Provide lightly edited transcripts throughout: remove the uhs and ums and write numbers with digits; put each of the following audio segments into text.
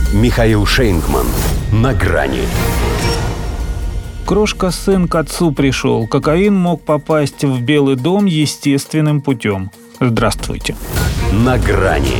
Михаил Шейнгман. На грани. Крошка-сын к отцу пришел. Кокаин мог попасть в Белый дом естественным путем. Здравствуйте. На грани.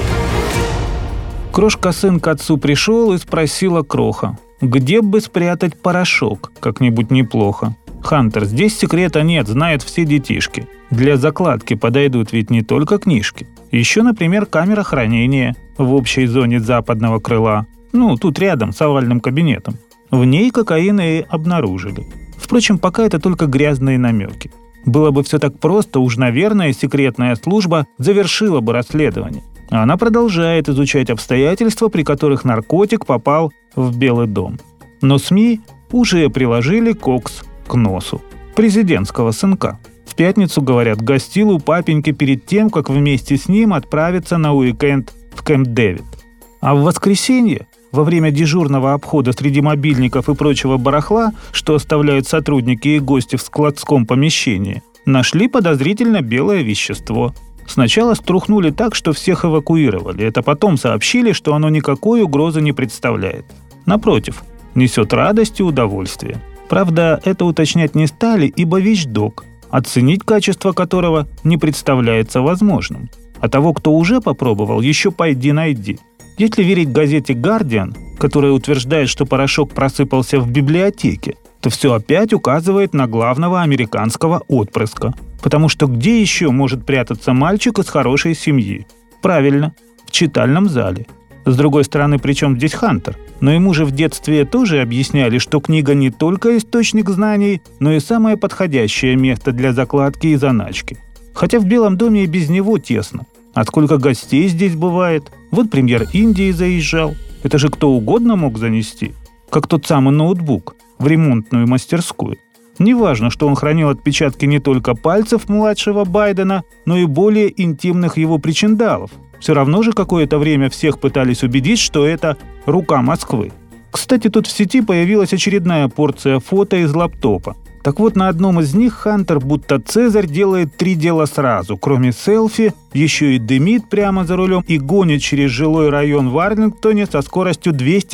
Крошка-сын к отцу пришел и спросила Кроха: где бы спрятать порошок? Как-нибудь неплохо. Хантер, здесь секрета нет, знают все детишки. Для закладки подойдут ведь не только книжки. Еще, например, камера хранения в общей зоне западного крыла. Тут рядом с овальным кабинетом. В ней кокаин и обнаружили. Впрочем, пока это только грязные намеки. Было бы все так просто, уж, наверное, секретная служба завершила бы расследование. А она продолжает изучать обстоятельства, при которых наркотик попал в Белый дом. Но СМИ уже приложили кокс к носу президентского сынка. В пятницу, говорят, гостил у папеньки перед тем, как вместе с ним отправиться на уикенд в Кэмп-Дэвид. А в воскресенье, во время дежурного обхода среди мобильников и прочего барахла, что оставляют сотрудники и гости в складском помещении, нашли подозрительно белое вещество. Сначала струхнули так, что всех эвакуировали. Это потом сообщили, что оно никакой угрозы не представляет. Напротив, несет радость и удовольствие. Правда, это уточнять не стали, ибо вещдок, оценить качество которого не представляется возможным. А того, кто уже попробовал, еще пойди найди. Если верить газете «Гардиан», которая утверждает, что порошок просыпался в библиотеке, то все опять указывает на главного американского отпрыска. Потому что где еще может прятаться мальчик из хорошей семьи? Правильно, в читальном зале. С другой стороны, при чем здесь Хантер? Но ему же в детстве тоже объясняли, что книга не только источник знаний, но и самое подходящее место для закладки и заначки. Хотя в Белом доме и без него тесно. А сколько гостей здесь бывает? Вот премьер Индии заезжал. Это же кто угодно мог занести. Как тот самый ноутбук в ремонтную мастерскую. Неважно, что он хранил отпечатки не только пальцев младшего Байдена, но и более интимных его причиндалов. Все равно же какое-то время всех пытались убедить, что это рука Москвы. Кстати, тут в сети появилась очередная порция фото из лаптопа. Так вот, на одном из них Хантер, будто Цезарь, делает 3 дела сразу. Кроме селфи, еще и дымит прямо за рулем и гонит через жилой район в Арлингтоне со скоростью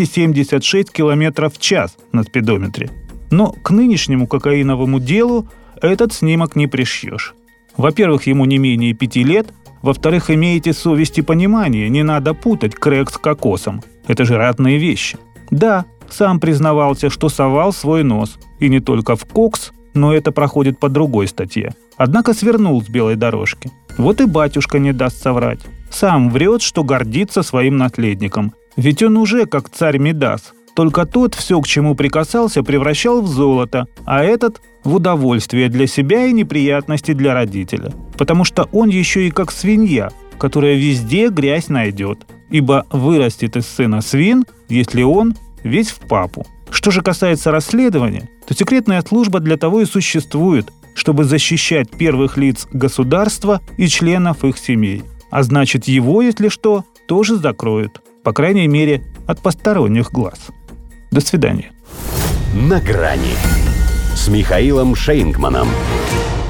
276 км в час на спидометре. Но к нынешнему кокаиновому делу этот снимок не пришьешь. Во-первых, ему не менее 5 лет. Во-вторых, имеете совесть и понимание, не надо путать крэк с кокосом. Это же разные вещи. Да, сам признавался, что совал свой нос. И не только в кокс, но это проходит по другой статье. Однако свернул с белой дорожки. Вот и батюшка не даст соврать. Сам врет, что гордится своим наследником. Ведь он уже как царь Мидас. Только тот все, к чему прикасался, превращал в золото, а этот – в удовольствие для себя и неприятности для родителя. Потому что он еще и как свинья, которая везде грязь найдет. Ибо вырастет из сына свин, если он весь в папу. Что же касается расследования, то секретная служба для того и существует, чтобы защищать первых лиц государства и членов их семей. А значит, его, если что, тоже закроют. По крайней мере, от посторонних глаз. До свидания. На грани с Михаилом Шейнгманом.